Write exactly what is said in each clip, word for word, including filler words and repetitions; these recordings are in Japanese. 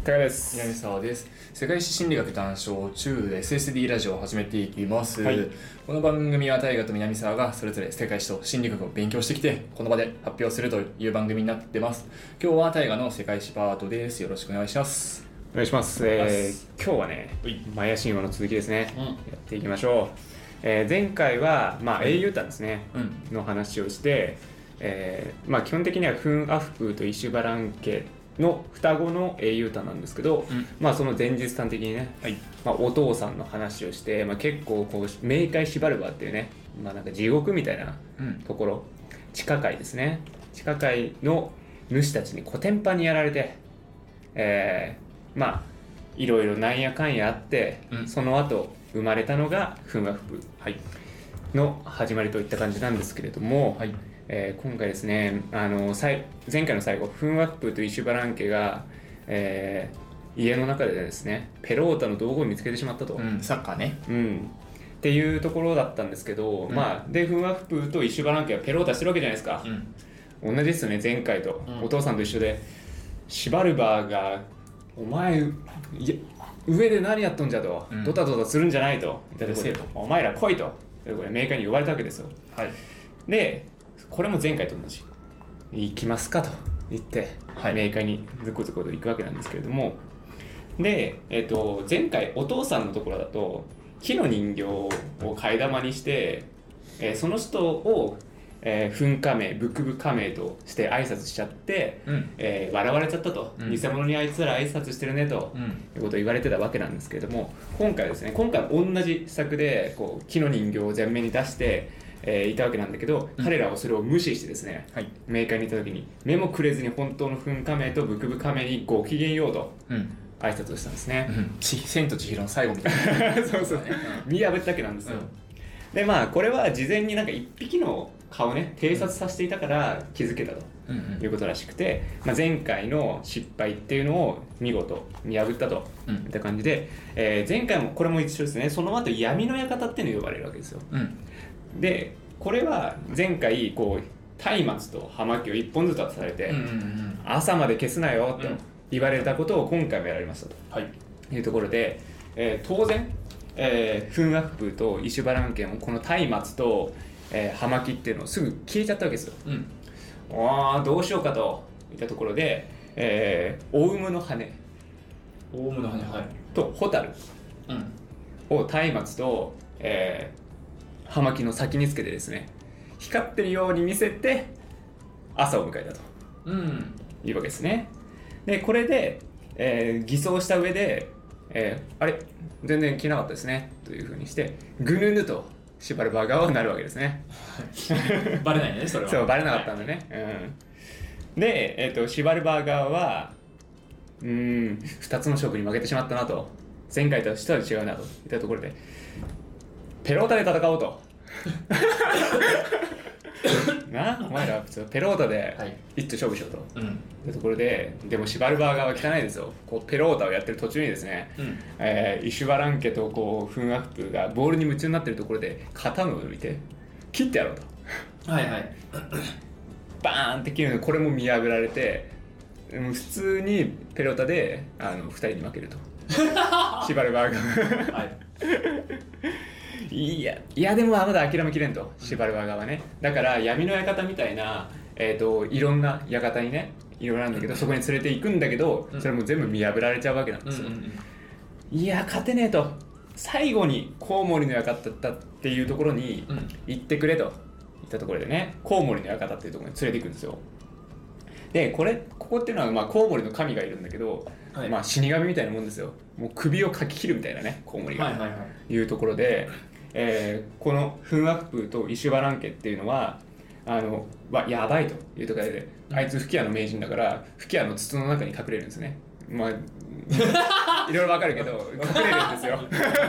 高です。 南沢です。世界史心理学談笑中 エスエスディー ラジオを始めていきます、はい、この番組は大河と南沢がそれぞれ世界史と心理学を勉強してきてこの場で発表するという番組になってます。今日は大河の世界史パートです。よろしくお願いします。 お願いします。えー、今日はねマヤ神話の続きですね、うん、やっていきましょう。えー、前回は、まあ、英雄譚ですね、うん、の話をして、えーまあ、基本的にはフン・アフプーとイシュバラン家の双子の英雄譚なんですけど、うんまあ、その前日譚的にね、はいまあ、お父さんの話をして、まあ、結構こう冥界シバルバーっていうね、まあ、なんか地獄みたいなところ、うん、地下界ですね。地下界の主たちにコテンパンにやられて、えー、まあいろいろなんやかんやあって、うん、その後生まれたのがフン・アフプーの始まりといった感じなんですけれども、はいえー、今回ですねあの前回の最後フン・アフプーとイシュバラン家が、えー、家の中でですねペロータの道具を見つけてしまったと、 うん、サッカーね、 うん、っていうところだったんですけど、うん、まあでフン・アフプーとイシュバラン家はペロータしてるわけじゃないですか、うん、同じですよね。前回と、うん、お父さんと一緒でシバルバーがお前いや上で何やっとんじゃと、うん、ドタドタするんじゃないと、うん、お前ら来いとこれ冥界に呼ばれたわけですよ、はい、でこれも前回と同じ行きますかと言って、はい、冥界にずこずこと行くわけなんですけれども、で、えー、と前回お父さんのところだと木の人形を替え玉にして、えー、その人をえー、噴火名、ブクブ火名として挨拶しちゃって、うんえー、笑われちゃったと、うん、偽物にあいつら挨拶してるねと、うん、いうことを言われてたわけなんですけれども、今回ですね今回も同じ施策でこう木の人形を前面に出して、えー、いたわけなんだけど、うん、彼らはそれを無視してですね、はい、冥界に行った時に目もくれずに本当の噴火名とブクブ火名にごきげんようと、うん挨拶をしたんですね、 うん、千と千尋の最後みたいなそうそう、ね、見破ったわけなんですよ、うん、でまあこれは事前になんか一匹の顔ね偵察させていたから気づけたということらしくて、まあ、前回の失敗っていうのを見事見破ったといった感じで、えー、前回もこれも一緒ですね。その後闇の館っていうのが呼ばれるわけですよ、うん、でこれは前回こう松明と葉巻を一本ずつ渡されて、うんうんうん、朝まで消すなよと言われたことを今回もやられましたと、はい、いうところで、えー、当然、えー、フン・アフプーとイシュバラン家もこの松明とえー、葉巻っていうのをすぐ消えちゃったわけですよ、うん、あどうしようかといったところで、えー、オウムの羽オウムの羽、はい、 とホタルを松明と、えー、葉巻の先につけてですね光ってるように見せて朝を迎えたと、うん、いうわけですね。でこれで、えー、偽装した上で、えー、あれ全然着なかったですねというふうにしてぐぬぬとシバルバー側はなるわけですねバレないねそれは。 そうバレなかったんだね、はいうん、で、えーと、シバルバー側はうーんふたつの勝負に負けてしまったなと、前回とは一味違うなといったところでペロータで戦おうとなお前ら普通ペロータで一丁勝負しようと、はいうん、いうところででもシバルバー側は汚いですよ。こうペロータをやってる途中にですね、うんえー、イシュバラン家とこうフン・アフプーがボールに夢中になってるところで刀を抜いて切ってやろうとはいはいバーンって切るのこれも見破られて普通にペロータであのふたりに負けるとシバルバー側はいいやいやでもまだ諦めきれんとシバルバー側はね。だから闇の館みたいな、えー、といろんな館にねいろいろあるんだけどそこに連れて行くんだけどそれも全部見破られちゃうわけなんですよ、うんうんうん、いや勝てねえと最後にコウモリの館だったっていうところに行ってくれといったところでねコウモリの館っていうところに連れて行くんですよ。でこれここっていうのは、まあ、コウモリの神がいるんだけど、はいまあ、死神みたいなもんですよ。もう首をかき切るみたいなねコウモリが、はいはいはい、いうところでえー、このフン・アフプーとイシュバラン家っていうのはあのわやばいというところで、あいつ吹き矢の名人だから吹き矢の筒の中に隠れるんですね。まあいろいろわかるけど隠れるんですよ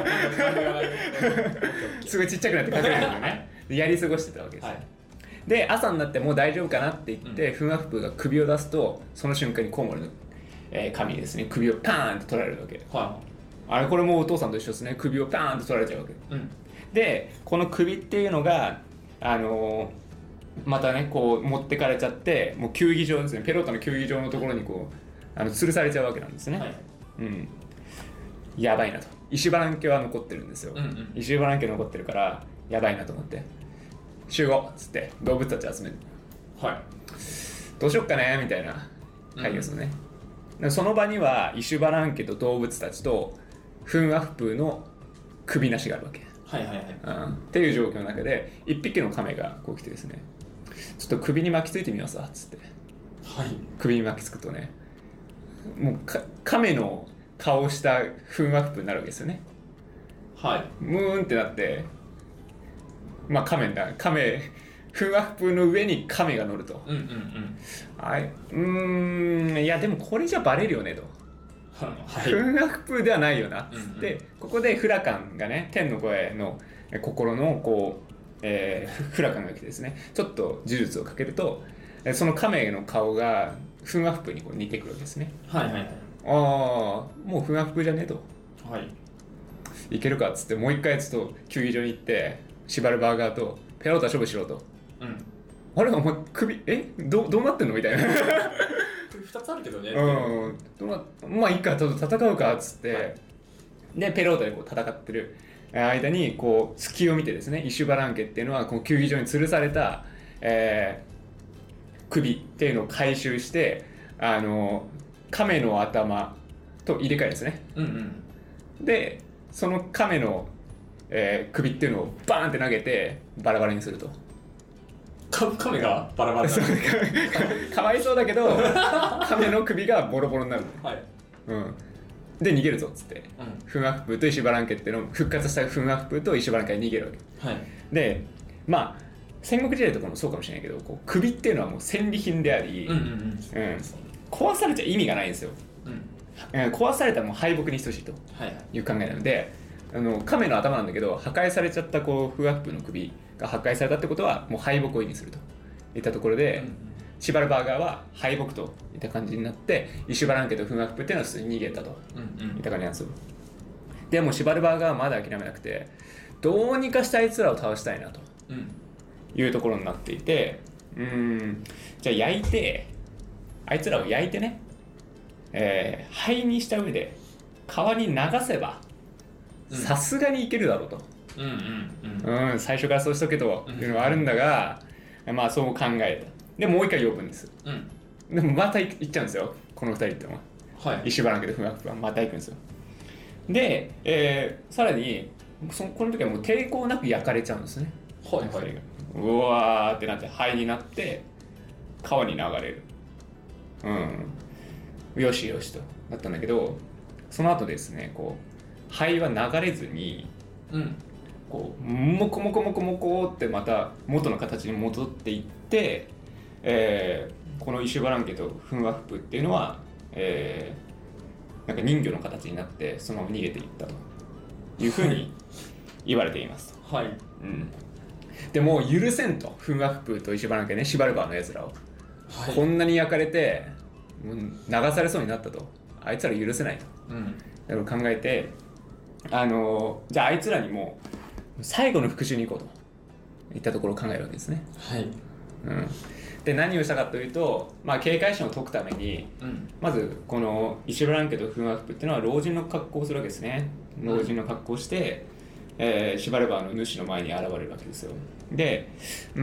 すごいちっちゃくなって隠れるんだよね。やり過ごしてたわけです、はい、で朝になってもう大丈夫かなって言って、うん、フン・アフプーが首を出すとその瞬間にコウモリの、えー、神にですね首をパーンと取られるわけ、はい、あれこれもお父さんと一緒ですね。首をパーンと取られちゃうわけ、うんでこの首っていうのがあのー、またねこう持ってかれちゃってもう球技場ですねペロータの球技場のところにこうあの吊るされちゃうわけなんですね、はい、うん、やばいなと。石原家は残ってるんですよ、うんうん、石原家残ってるからやばいなと思って集合っつって動物たち集める、はい、どうしよっかねみたいな会議をするね、うん、その場には石原家と動物たちとフン・アフプーの首なしがあるわけ、はいはいはい、うん、っていう状況の中で一匹の亀がこう来てですね、ちょっと首に巻きついてみますわっつって、はい、首に巻きつくとね、もうか亀の顔をしたフン・アフプーになるわけですよね、はい、ムーンってなって、まあ亀だ亀フン・アフプーの上に亀が乗ると、うんうんうん、はい、うーん、いやでもこれじゃバレるよねと、はい、フン・アフプーではないよなっつって、うんうん、ここでフラカンがね、天の声の心のこう、えー、フラカンが来てですね、ちょっと呪術をかけるとその亀の顔がフン・アフプーにこう似てくるわけですね、はいはいはい、ああもうフン・アフプーじゃねえと、はい、いけるかっつってもう一回ちょっと球技場に行ってシバルバーガーとペロータ勝負しろと、うん、あれお前首え ど, どうなってんのみたいなふたつあるけどね、 うん、どうなまあいいかちょっと戦うかっつって、はい、でペロータでこう戦ってる間にこう隙を見てですね、イシュバラン家っていうのはこの球技場に吊るされた、えー、首っていうのを回収してあの亀の頭と入れ替えるんですね、うんうん、でその亀の、えー、首っていうのをバーンって投げてバラバラにすると。 亀がバラバラになるかわいそうだけど亀の首がボロボロになる、はい、うん、で逃げるぞっつって、うん、フン・アフプーとイシュバラン家っていうのを復活したフン・アフプーとイシュバラン家に逃げるわけ、はい、でまあ戦国時代とかもそうかもしれないけど、こう首っていうのはもう戦利品であり、うんうんうんうん、壊されちゃ意味がないんですよ、うん、壊されたらもう敗北に等しいという考えなので、はい、あの亀の頭なんだけど破壊されちゃったこうフン・アフプーの首が破壊されたってことはもう敗北を意味するといったところで、うん、シバルバーガーは敗北といった感じになってイシュバラン家とフン・アフプーっていうのは普通に逃げたといった感じなんですよ、うんうん、でもシバルバーガーはまだ諦めなくてどうにかしてあいつらを倒したいなというところになっていて、うーんじゃあ焼いてあいつらを焼いてね、えー、灰にした上で川に流せばさすがにいけるだろうと、うんうんうんうん、最初からそうしとけというのはあるんだが、うん、まあそう考えた。でもう一回呼ぶんです、うん、でもまた行っちゃうんですよこの二人ってのは、はい、イシュバラン家とフン・アフプーはまた行くんですよ。で、えー、さらにそのこの時はもう抵抗なく焼かれちゃうんですね、はいはい、うわーってなって灰になって川に流れる、うん、よしよしとなったんだけど、その後ですねこう灰は流れずに、うん、こうモコモコモコモコってまた元の形に戻っていって、えー、このイシュバラン家とフン・アフプーっていうのは、えー、なんか人魚の形になってそのまま逃げていったというふうに言われていますと、はい、うん、でもう許せんとフン・アフプーとイシュバラン家ね、シバルバーのやつらを、はい、こんなに焼かれてもう流されそうになったと、あいつら許せないと、うん、だから考えてあのじゃああいつらにも最後の復讐に行こうといったところを考えるわけですね、はい、うん、で何をしたかというと、まあ、警戒心を解くために、うん、まずこのイシュバラン家とフン・アフプーっていうのは老人の格好をするわけですね。老人の格好をして、うん、えー、シュバルバーの主の前に現れるわけですよ。で、うん、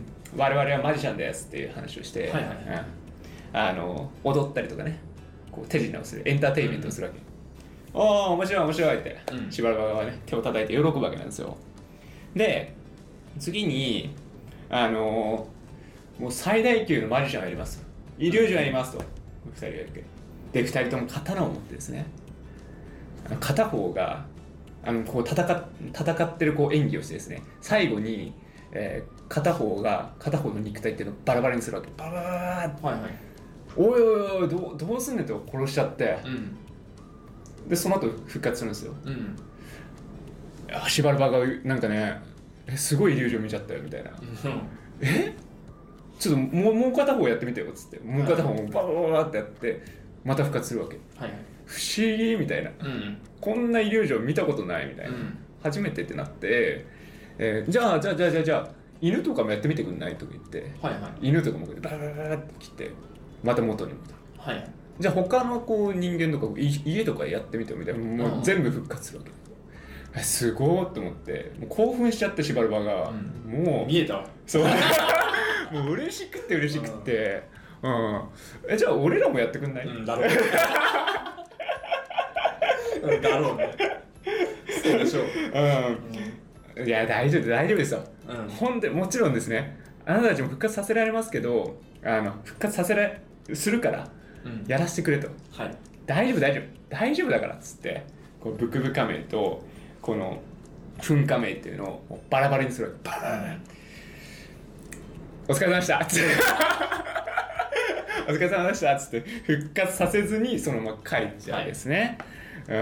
我々はマジシャンですっていう話をして、はいはいはい、うん、あの踊ったりとかね、こう手品をするエンターテインメントをするわけ、うん、おー面白い面白いって、うん、シュバルバーはね手を叩いて喜ぶわけなんですよ。で次にあのもう最大級のマジシャンがいますと、イリュージョンがいますとふたりがいるわけで、ふたりとも刀を持ってですね、片方があのこう 戦, 戦ってるこう演技をしてですね、最後に、えー、片方が片方の肉体っていうのをバラバラにするわけ、バラバラーって、はいはい、おいおいおい ど, どうすんねんと殺しちゃって、うん、でその後復活するんですよ、うん、シバルバーがなんかねすごいイリュージョン見ちゃったよみたいな、うん、えちょっとも う, もう片方やってみてよっつって、もう片方もバラバラってやってまた復活するわけ、はいはい、不思議みたいな、うん、こんなイリュージョン見たことないみたいな、うん、初めてってなって、えー、じゃあじゃあじゃあじゃあじゃあ犬とかもやってみてくんないとか言って、はいはい、犬とかもバラバラバラって切ってまた元に戻る、はい、 じゃあ他のこう人間とかい家とかやってみてみたいな、もう全部復活するわけ。すごーって思ってもう興奮しちゃってシバルバが、うん、もう見えたそうもう嬉しくて嬉しくて、うん、えじゃあ俺らもやってくんない、 うん、だろうねだろうねそうでしょう、 うん、いや大丈夫大丈夫ですよ、うん、本当にもちろんですねあなたたちも復活させられますけどあの復活させらするからやらせてくれと、 うんはい、 大丈夫大丈夫大丈夫だからっつってこうブクブカ名とこの噴火名っていうのをバラバラにするわけバラバラお疲れ様でしたっつってお疲れ様でしたっつって復活させずにそのまま書いちゃうんですね、はい、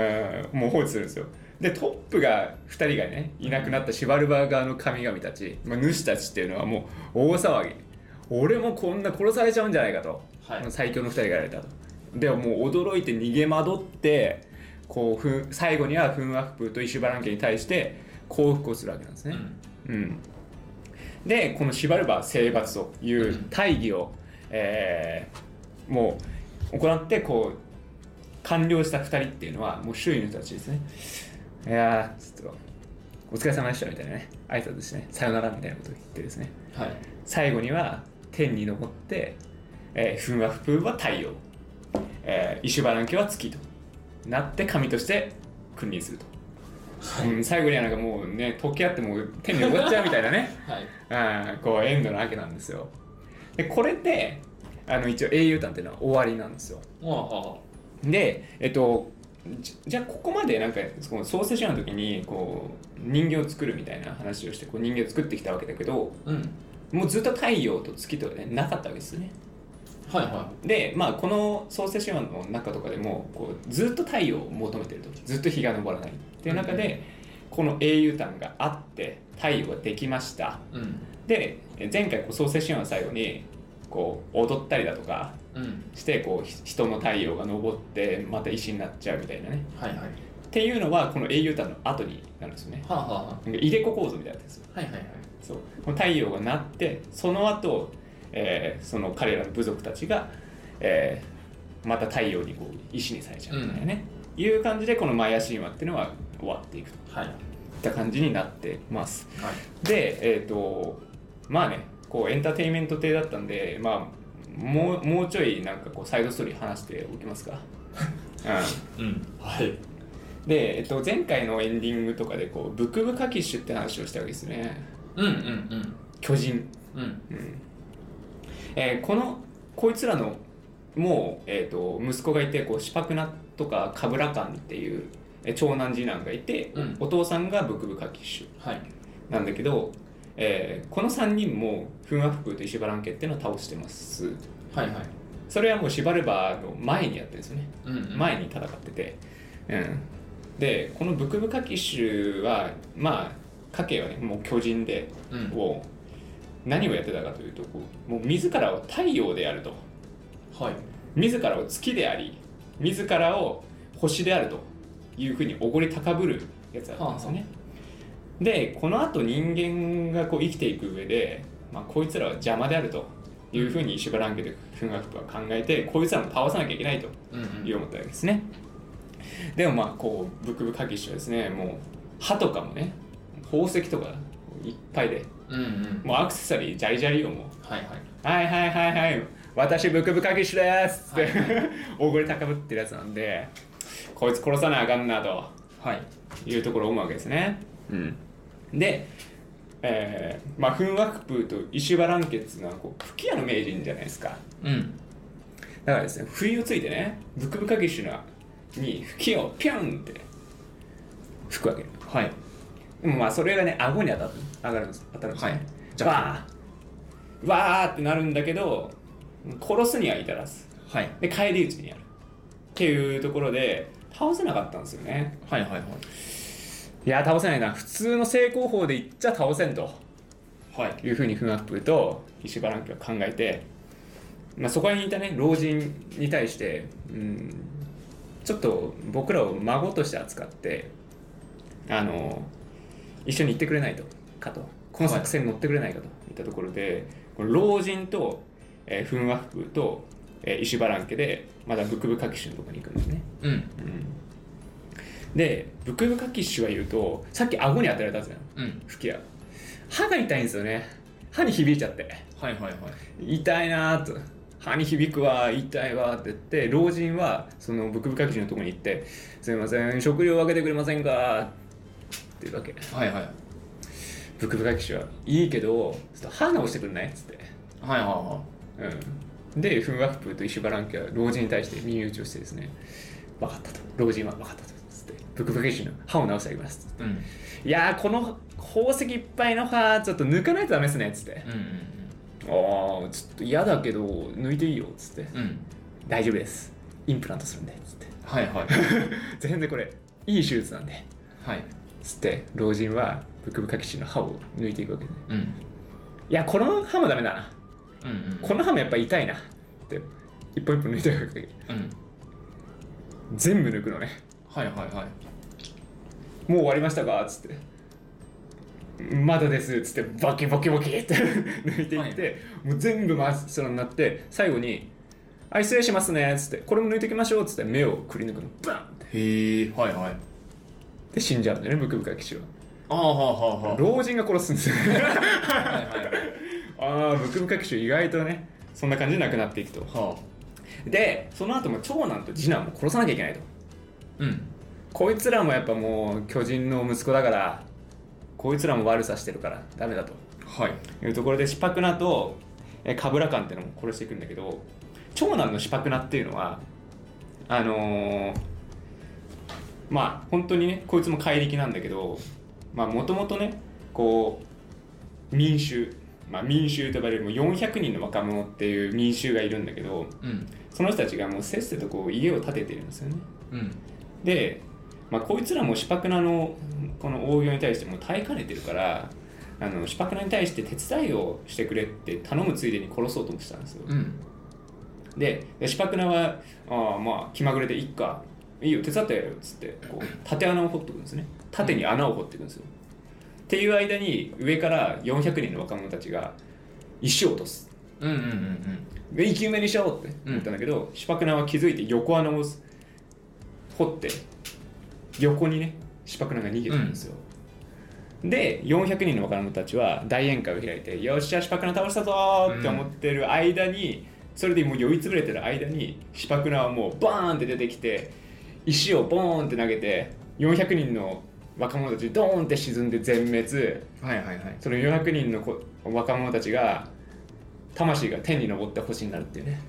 うんもう放置するんですよ。でトップがふたりがねいなくなったシュバルバー側の神々たち、まあ、主たちっていうのはもう大騒ぎ俺もこんな殺されちゃうんじゃないかと、はい、最強のふたりがやられたとでももう驚いて逃げ惑ってこう最後にはフンワフプーとイシュバラン家に対して降伏をするわけなんですね、うんうん、でこのシュバルバー征伐という大義を、うんえー、もう行ってこう完了したふたりっていうのはもう周囲の人たちですねいやーちょっとお疲れ様でしたみたいなね挨拶してねさよならみたいなことを言ってですね、はい、最後には天に昇って、えー、フンワフプーは太陽、えー、イシュバラン家は月となって神として君臨すると、はいうん、最後にはなんかもうね溶け合ってもう天に昇っちゃうみたいなね、はい、あこうエンドなわけなんですよ。でこれであの一応英雄譚っていうのは終わりなんですよ。ああでえっとじ, じゃあここまでなんかその創世史の時にこう人形を作るみたいな話をしてこう人形を作ってきたわけだけど、うん、もうずっと太陽と月とかねなかったわけですね。はいはい、でまあこの創世神話の中とかでもこうずっと太陽を求めてるとずっと日が昇らないっていう中で、うん、この英雄譚があって太陽ができました、うん、で前回こう創世神話の最後にこう踊ったりだとかしてこう人の太陽が昇ってまた石になっちゃうみたいなね、はいはい、っていうのはこの英雄譚の後になるんですよね、はあはあ、入れ子構造みたいなやつですよ、はいはいはい、そうこの太陽がなってその後えー、その彼らの部族たちが、えー、また太陽にこう石にされちゃうみたいなね、うん、いう感じでこのマヤ神話っていうのは終わっていくと、はい、いった感じになってます、はい、でえっ、ー、とまあねこうエンターテインメント系だったんでまあもう、もうちょいなんかこうサイドストーリー話しておきますかうん、うん、はいで、えっと、前回のエンディングとかでこうブクブカキッシュって話をしたわけですねうんうんうん巨人うん、うんえー、このこいつらのもう、えー、と息子がいてこうシパクナとかカブラカンっていう、えー、長男次男がいて、うん、お父さんがブクブカキッシュ、はい、なんだけど、えー、このさんにんもフンワフプーとイシュバラン家っていうのを倒してます、はいはい、それはもうシバルバーの前にやってるんですよね、うんうん、前に戦ってて、うん、でこのブクブカキッシュはまあ家系はねもう巨人で、うん、を何をやってたかというとこうもう自らを太陽であると、はい、自らを月であり自らを星であるというふうにおごり高ぶるやつだったんですよね、はあ、でこの後人間がこう生きていく上で、まあ、こいつらは邪魔であるというふうにイシュバラン家でフンワフプは考えてこいつらも倒さなきゃいけないという思ったわけですね、うんうん、でもまあこうブクブカキッシュはですねもう歯とかもね宝石とかいっぱいでうんうん、もうアクセサリージャリジャリをもう、はいはい、はいはいはいはい私ブクブカキッシュですって、はいはい、大声高ぶってるやつなんでこいつ殺さなあかんなと、はい、いうところを思うわけですね、うん、で、えー、まあフンワフプーとイシュバラン家っていうのはこう吹き矢の名人じゃないですか、うん、だからですね不意をついてねブクブカキッシュに吹き矢をピュンって吹くわけはいでもまあそれがね顎に当たる上がるんです当たるんですね、はい、じゃあわーわーってなるんだけど殺すには至らず、はい、で返り討ちにやるっていうところで倒せなかったんですよねはいはいはいいや倒せないな普通の成功法でいっちゃ倒せんと、はい、いうふうにフンワフプーとイシュバラン家は考えて、まあ、そこにいたね老人に対して、うん、ちょっと僕らを孫として扱ってあの一緒に行ってくれないとかとこの作戦に乗ってくれないかといったところで、はい、この老人と、えー、フンワフプーと、えー、イシュバラン家でまだブクブカキシュのとこに行くんですね、 うんうん、 でブクブカキッシュがいるとさっき顎に当たられたんですよ、 うん、 吹き矢歯が痛いんですよね。歯に響いちゃって、 はいはいはい、 痛いなーと、歯に響くわ痛いわって言って、老人はそのブクブカキシュのとこに行って、すいません食料分けてくれませんかっていうわけ。 はいはい。 ブクブカキシュはいいけどちょっと歯直してくんないっつって、 はいはいはい、 うん、でフンワフプーとイシュバランケは老人に対して耳打ちをしてですね、分かったと、老人は分かったとつってブクブカキシュの歯を直してあげますっつって、うん、いやーこの宝石いっぱいの歯ちょっと抜かないとダメですねっつって、うんうんうん、ああちょっと嫌だけど抜いていいよっつって、うん、大丈夫ですインプラントするんでっつって、はいはい全然これいい手術なんで、はいつって老人はブクブカキシュの歯を抜いていくわけで、うん、いやこの歯もダメだな、うんうん、この歯もやっぱ痛いなって一本一本抜いていくわけ、うん、全部抜くのね。はいはいはい。もう終わりましたかっつってまだですっつってバキバキバキって抜いていって、はい、もう全部回すのになって最後にはい失礼しますねっつってこれも抜いていきましょうっつって目をくり抜くのバンって。へえはいはい。で死んじゃうんだよねブクブカキシュは。ああはあはあ。老人が殺すんですよはいはいはい。ああブクブカキシュ意外とねそんな感じで亡くなっていくと、はあ、でその後も長男と次男も殺さなきゃいけないと。うんこいつらもやっぱもう巨人の息子だからこいつらも悪さしてるからダメだと、はい、いうところでシパクナとカブラカンっていうのも殺していくんだけど、長男のシパクナっていうのはあのー、まあ本当にねこいつも怪力なんだけどもともとねこう民衆、まあ、民衆と呼ばれるもうよんひゃくにんの若者っていう民衆がいるんだけど、うん、その人たちがもうせっせとこう家を建ててるんですよね、うん、でまあ、こいつらもシパクナのこの大行に対してもう耐えかねてるからあのシパクナに対して手伝いをしてくれって頼むついでに殺そうともしたんですよ、うん、でシパクナはあまあ気まぐれでいっかいいよ手伝ってやるよっつってこう縦穴を掘っていくんですね。縦に穴を掘っていくんですよ、うん、っていう間に上からよんひゃくにんの若者たちが石を落とす、うんうんうんうん、生き埋めにしようって思ったんだけど、うん、シパクナは気づいて横穴を掘って横にねシパクナが逃げてるんですよ、うん、でよんひゃくにんの若者たちは大宴会を開いてよっしゃシパクナ倒したぞって思ってる間に、うん、それでもう酔いつぶれてる間にシパクナはもうバーンって出てきて石をボーンって投げてよんひゃくにんの若者たちドーンって沈んで全滅、はいはいはい、そのよんひゃくにんの若者たちが魂が天に昇って星になるっていうね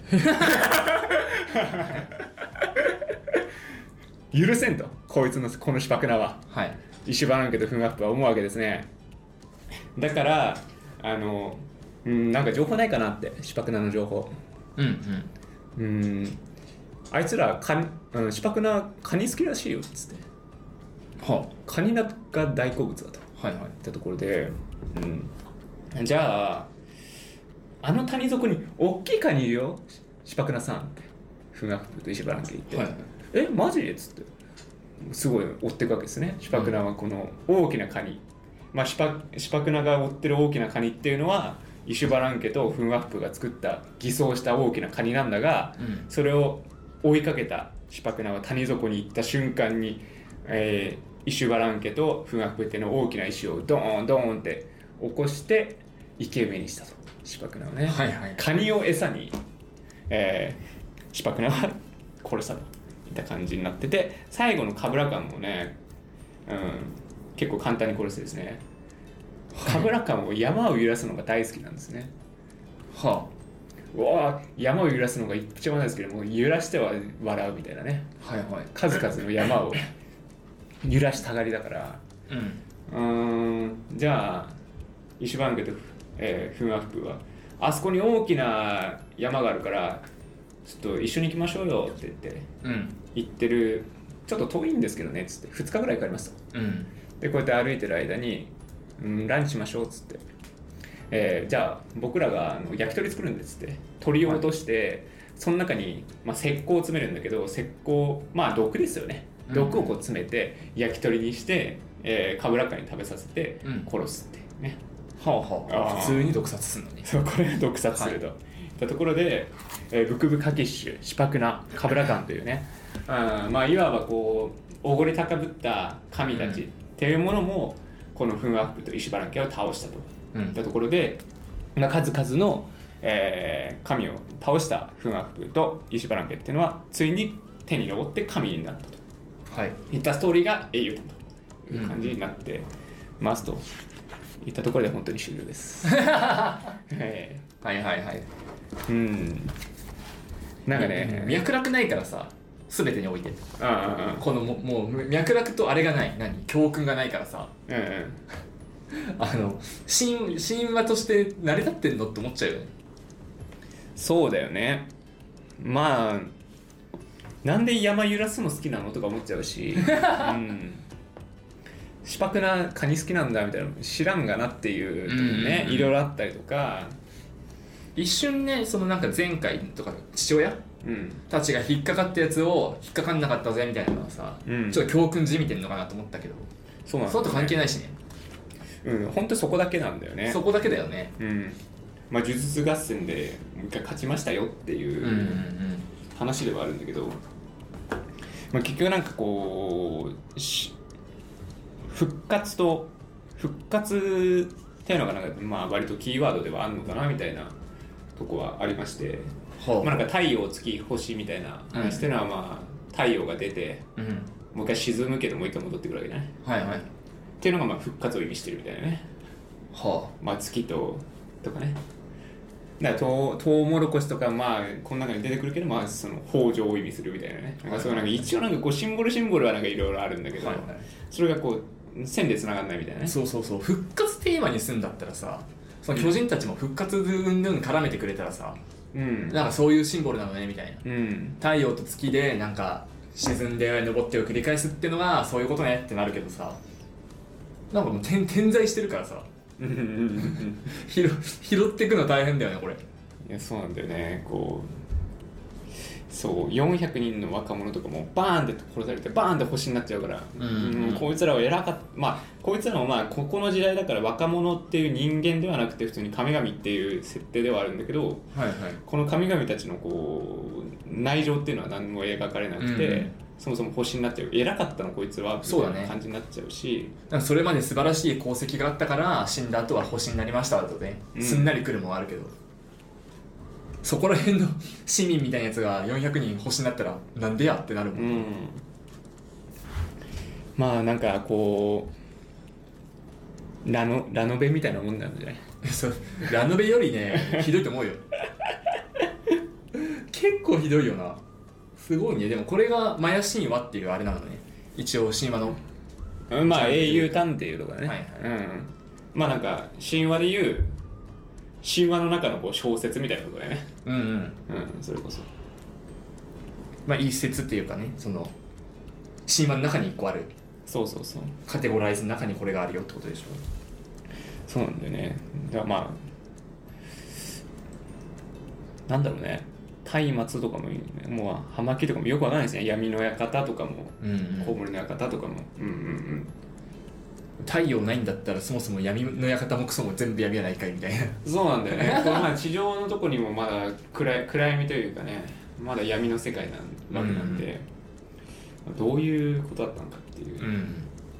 許せんとこいつのこのシパクナは、はい、イシュバランケとフンアップは思うわけですね。だからあの、うん、なんか情報ないかなってシパクナの情報、うんうん、うんあいつらカニ、うん、シパクナカニ好きらしいよっつって、はあ、カニが大好物だと、はいはい、ってところで、うん、じゃああの谷底に大きいカニいるよシパクナさんってフンアップとイシュバランケ言って、はいはい、えマジっつってすごい追っていくわけですね。シパクナはこの大きなカニ、うんまあ、シパシパクナが追ってる大きなカニっていうのはイシュバランケとフンワップが作った偽装した大きなカニなんだが、うん、それを追いかけたシパクナは谷底に行った瞬間に、えー、イシュバランケとフンワップっていうの大きな石をドーンドーンって起こして生き埋めにしたとシパクナはね、はいはい、カニを餌に、えー、シパクナは殺したといった感じになってて、最後のカブラカンもね、うん、結構簡単に殺してですね、はい、カブラカンを山を揺らすのが大好きなんですね。はあうわ山を揺らすのが一番なんですけども揺らしては笑うみたいなね、はいはい、数々の山を揺らしたがりだから、うん、うーんじゃあイシュバンケと、えー、フンアフプはあそこに大きな山があるからちょっと一緒に行きましょうよって言って、うん、行ってるちょっと遠いんですけどねっつってふつかぐらいかかりますと、うん、でこうやって歩いてる間に、うん、ランチしましょうっつって、えー、じゃあ僕らがあの焼き鳥作るんですって鳥を落として、はい、その中に、まあ、石膏を詰めるんだけど石膏まあ毒ですよね、毒をこう詰めて焼き鳥にして、えー、カブラッカに食べさせて殺すってね、うん、はあはあ、普通に毒殺するのにそうこれ毒殺するとたところで、えー、ブクブカキッシュ、シパクナ、カブラカンというね、あまあいわばこうおごり高ぶった神たちっていうものもこのフンアップと石バランケを倒したといったところで、うんまあ、数々の、えー、神を倒したフンアップと石バランケっていうのはついに手に登って神になったと、はい、いったストーリーが英雄という感じになってますと、うん、いったところで本当に終了です。 えー、はいはいはい。 うんなんかね、 うん、脈絡ないからさ全てにおいてあこのももう脈絡とあれがない何教訓がないからさ、うんうん、あの神神話として成り立ってんのって思っちゃうよね。 そうだよね。まあなんで山揺らすの好きなのとか思っちゃうし、うん、シパクナカニ好きなんだみたいな知らんがなっていうね、うんうんうん、いろいろあったりとか一瞬ねそのなんか前回とか父親うん、たちが引っかかったやつを引っかかんなかったぜみたいなのはさ、うん、ちょっと教訓じみてんのかなと思ったけどそうなん、ね、そうと関係ないしね。 うん本当そこだけなんだよね。 そこだけだよね。 うんまあ呪術合戦でもう一回勝ちましたよっていう話ではあるんだけど、まあ、結局なんかこう復活と復活っていうのがなんかまあ割とキーワードではあるのかなみたいなとこはありまして。まあ、なんか太陽月星みたいな話っていうのはまあ太陽が出て、うん、もう一回沈むけどもう一回戻ってくるわけじゃない、はいはい、っていうのがまあ復活を意味してるみたいなね、はあまあ、月ととかねだからトウ、トウモロコシとかまあこの中に出てくるけどまあその豊穣を意味するみたいなね、なんかそうなんか一応なんかこうシンボルシンボルはなんかいろいろあるんだけど、はいはい、それがこう線で繋がんないみたいなね。 そうそうそう復活テーマにするんだったらさその巨人たちも復活うんぬん絡めてくれたらさうん、なんかそういうシンボルなのねみたいな、うん、太陽と月でなんか沈んで昇ってを繰り返すっていうのがそういうことねってなるけどさなんかもう 点, 点在してるからさ拾, 拾っていくの大変だよねこれ。いやそうなんだよね。こうそうよんひゃくにんの若者とかもバーンって殺されてバーンって星になっちゃうから、うんうんうん、こいつらは偉かったまあこいつらもまあここの時代だから若者っていう人間ではなくて普通に神々っていう設定ではあるんだけど、はいはい、この神々たちのこう内情っていうのは何も描かれなくて、うんうん、そもそも星になっちゃう偉かったのこいつはみたいな感じになっちゃうしそうだね。それまで素晴らしい功績があったから死んだ後は星になりましたとね、うん、すんなり来るもんあるけどそこら辺の市民みたいなやつがよんひゃくにん星になったらなんでやってなるもん、うん、 まあなんかこうラノ、ラノベみたいなもんなんじゃないそうラノベよりねひどいと思うよ結構ひどいよな。すごいね。でもこれがマヤ神話っていうあれなのね一応神話のまあ英雄探偵とかね、はいはいうん、まあなんか神話でいう神話の中のこう小説みたいなことだよね。うんうん、うん、それこそまあ一説っていうかねその神話の中にいっこあるそうそうそうカテゴライズの中にこれがあるよってことでしょ。 そうなんだよね。だからまあなんだろうね松明とかももう葉巻とかもよくわからないですね。闇の館とかも、うんうん、コウモリの館とかも、うんうんうん、 太陽ないんだったらそもそも闇の館もクソも全部闇やないかいみたいな。 そうなんだよねこれまあ地上のとこにもまだ 暗, い暗闇というかねまだ闇の世界なわけなんで、うん、どういうことだったのかっていう、うん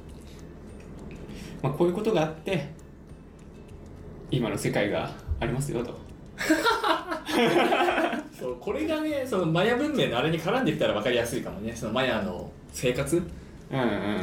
まあ、こういうことがあって今の世界がありますよとそうこれがねそのマヤ文明のあれに絡んできたら分かりやすいかもね。そのマヤの生活、うんうん、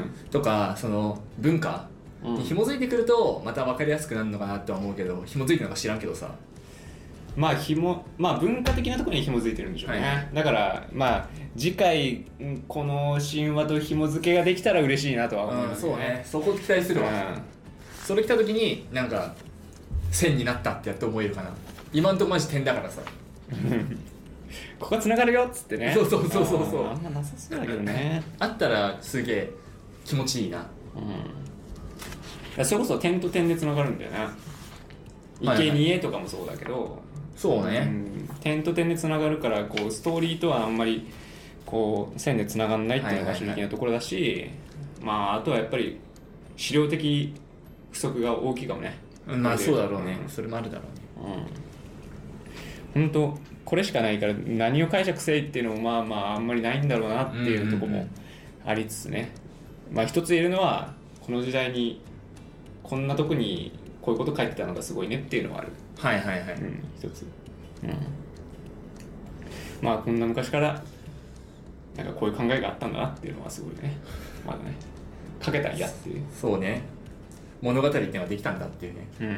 とかその文化に紐づいてくるとまた分かりやすくなるのかなって思うけど紐づいてるのか知らんけどさまあひもまあ文化的なところに紐づいてるんでしょうね、はい、だからまあ次回この神話と紐づけができたら嬉しいなとは思いますね、うん、そうねそこ期待するわ、うん、それ来た時になんか線になったってやって思えるかな。今んとこマジ点だからさここ繋がるよっつってね。 そうそうそうそうそうあ, あんまなさそうだけどねあったらすげえ気持ちいいな、 うん、それこそ点と点で繋がるんだよね。生贄とかもそうだけど、はいはい、 そうね、 うん、点と点で繋がるからこうストーリーとはあんまりこう線で繋がんないっていうのが正直なところだし、はいはいはい、まああとはやっぱり資料的不足が大きいかもね。 まあそうだろうね、うん、それもあるだろうね、 本当これしかないから何を解釈せいっていうのもまあまああんまりないんだろうなっていうところもありつつね、まあ一つ言えるのはこの時代にこんなとこにこういうこと書いてたのがすごいねっていうのはある。 はいはいはい、うん、 一つ、うん、まあこんな昔からなんかこういう考えがあったんだなっていうのはすごいね、まだね書けたんやっていう。 そうね、物語っていうのができたんだっていうね。 うん。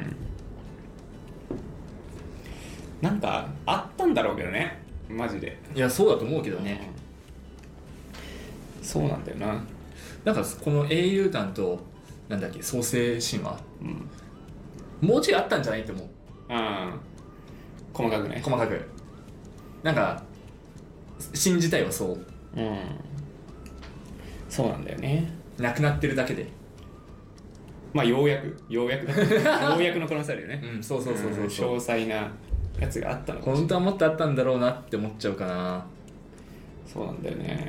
なんかあったんだろうけどね、マジで。 いやそうだと思うけどね、 うん、そうなんだよな。 なんかこの英雄譚となんだっけ創世神話、うん、もうちょいあったんじゃないって思う。 ああ、細かくね。 細かくなんか信じたいはそう、 うん、そうなんだよね。 なくなってるだけで、 まあようやくようやくようやくの可能性あるよね。 うん、そうそうそうそうそう、 詳細なやつがあったのかもしれない。 本当はもっとあったんだろうなって思っちゃうかな。 そうなんだよね。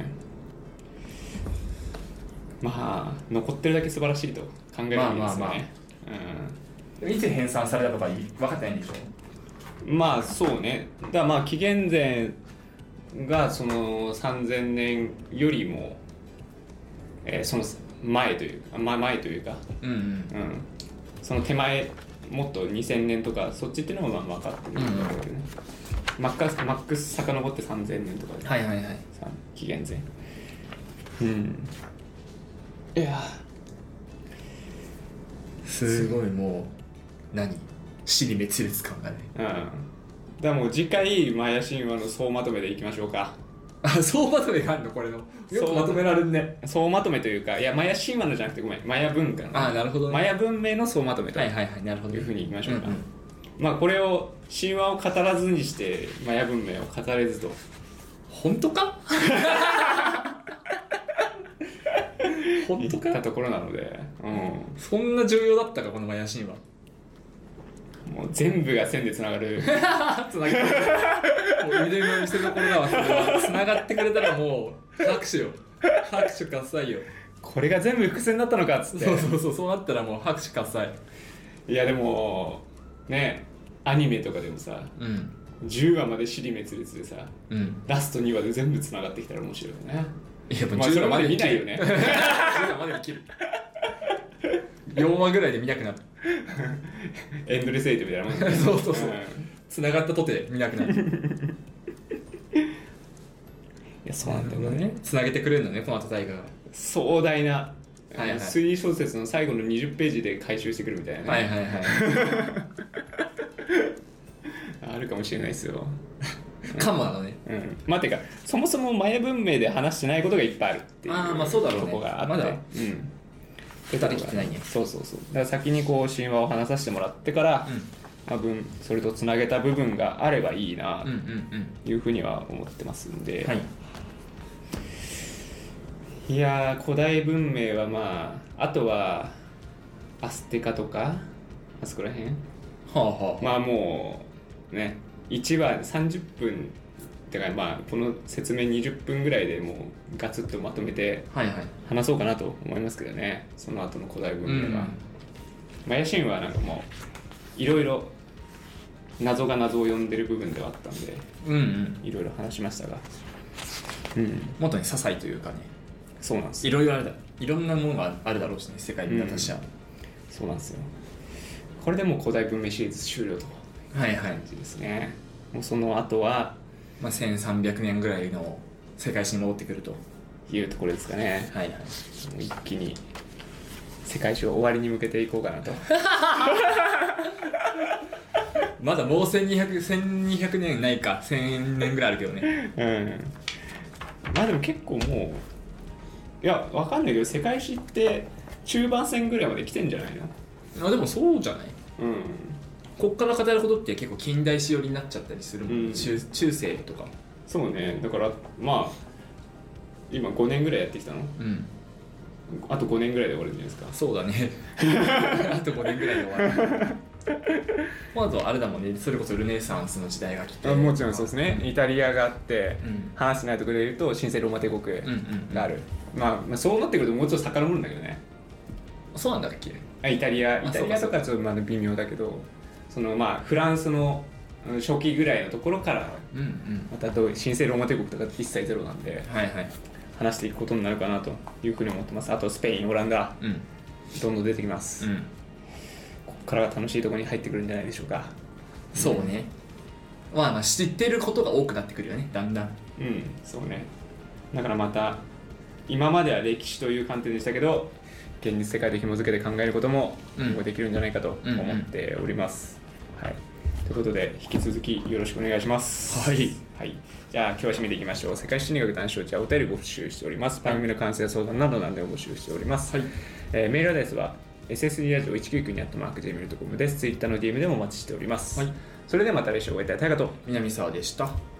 まあ残ってるだけ素晴らしいと考えるべきですよね。まあまあまあ、 うん、いつ編纂されたとか分かってないんでしょ。 まあそうね。だからまあ紀元前がそのさんぜんねんよりも、えー、その前というか、まあ、前というか、 うんうんうん、 その手前もっとにせんねんとかそっちっていうのもまあ分かってるんだけどね、うん、マックスマックス遡ってさんぜんねんとかで、 はいはいはい、 紀元前、うん、いやすごいもう何死に滅裂感がね。 うん。だからもう次回マヤ神話の総まとめでいきましょうか。 あ、総まとめがあるのこれの。よくまとめられるね。 総まとめというか、いやマヤ神話のじゃなくてごめん、マヤ文化の。 あ、なるほどね。 マヤ文明の総まとめというふうにいきましょうか。うんうん、まあこれを神話を語らずにしてマヤ文明を語れずと。 本当か？本当か？ いったところなので、うん、 そんな重要だったかこのマヤ神話。 もう全部が線でつながる。 つながってくれる。もう腕の見せ所だわ。それはつながってくれたらもう拍手よ。拍手喝采よ。 これが全部伏線だったのかっつって。 そうそうそう、そうなったらもう拍手喝采。 いやでもね、アニメとかでもさ、うん、じゅうわまで尻滅裂でさ、うん、ラストにわで全部つながってきたら面白いよね。 いや、 まあ、それまで見ないよね。 じゅうわまで切る。よんわぐらいで見なくなる。 エンドレスエイトみたいなもんね。 そうそうそう。つながったとて見なくなる。いや、そうなんだよね。つなげてくれるのね、この後大河が。 壮大な、はいはい、推理小説の最後のにじゅっページで回収してくるみたいなね。 はいはいはい。 あるかもしれないですよ。 かもなのね。 うん。まあてか、そもそもマヤ文明で話してないことがいっぱいあるっていう。 ああ、まあそうだろうね。 とこがあって。 まだ。 うん。 出てきてないね。 そうそうそう。だから先にこう神話を話させてもらってから、うん、まあ、分それとつなげた部分があればいいなというふうには思ってますんで、はい、いやー古代文明はまああとはアステカとかあそこら辺、はあはあ、まあもうねいちわさんじゅっぷんだからまあこの説明にじゅっぷんぐらいでもうガツッとまとめて話そうかなと思いますけどね、その後の古代文明は、うん、マヤ神話はなんかもういろいろ謎が謎を呼んでる部分ではあったんで、いろいろ話しましたが、 うん、もっとね些細というかね、 そうなんですいろいろあるだいろんなものがあるだろうしね、世界に私は、うん、 そうなんですよ。これでもう古代文明シリーズ終了という感じですね、はいはい、もうその後はまあ、せんさんびゃくねんぐらいの世界史に戻ってくるというところですかね。 はいはい。 もう一気に世界史を終わりに向けていこうかなと。 まだもうせんにひゃく、せんにひゃくねんないか、せんねんぐらいあるけどね。 うん。まあでも結構もう、いや、わかんないけど、世界史って中盤戦ぐらいまで来てんじゃないの？ あ、でもそうじゃない？ うん。 こっから語ることって結構近代史寄りになっちゃったりするもん、うん、中, 中世とか。 そうね、だからまあ今ごねんぐらいやってきたの、うん、あとごねんぐらいで終わるんじゃないですか。 そうだね。あとごねんぐらいで終わる。まずあれだもんね、それこそルネサンスの時代が来て、 もちろんそうですね、イタリアがあって、うん、話してないところで言うと神聖ローマ帝国がある、うんうんうん、まあ、まあそうなってくるともうちょっと遡るんだけどね。 そうなんだっけ。 イタリアイタリアとかちょっとまだ微妙だけど、そのまあフランスの初期ぐらいのところからうんうんまたどう新生ローマ帝国とか一切ゼロなんではいはい話していくことになるかなというふうに思ってます。あとスペイン、オランダ、 うんどんどん出てきます、 うんここからが楽しいところに入ってくるんじゃないでしょうか。 そうね、まあまあ知ってることが多くなってくるよね、だんだん。 うんそうね。だからまた今までは歴史という観点でしたけど現実世界と紐付けて考えることも今後できるんじゃないかと思っております、はい、ということで引き続きよろしくお願いします。 はい、 はい、じゃあ今日は締めていきましょう。世界心理学談笑地はお便り募集しております。番組の感想や相談など何でも募集しております、はいえー、メールアドレスは エスエスディー ラジオいちきゅうきゅう に アットマーク ジェイメール ドット コム です。 Twitter の ディーエム でもお待ちしております、はい、それではまた来週お会いいたい。大河と南沢でした。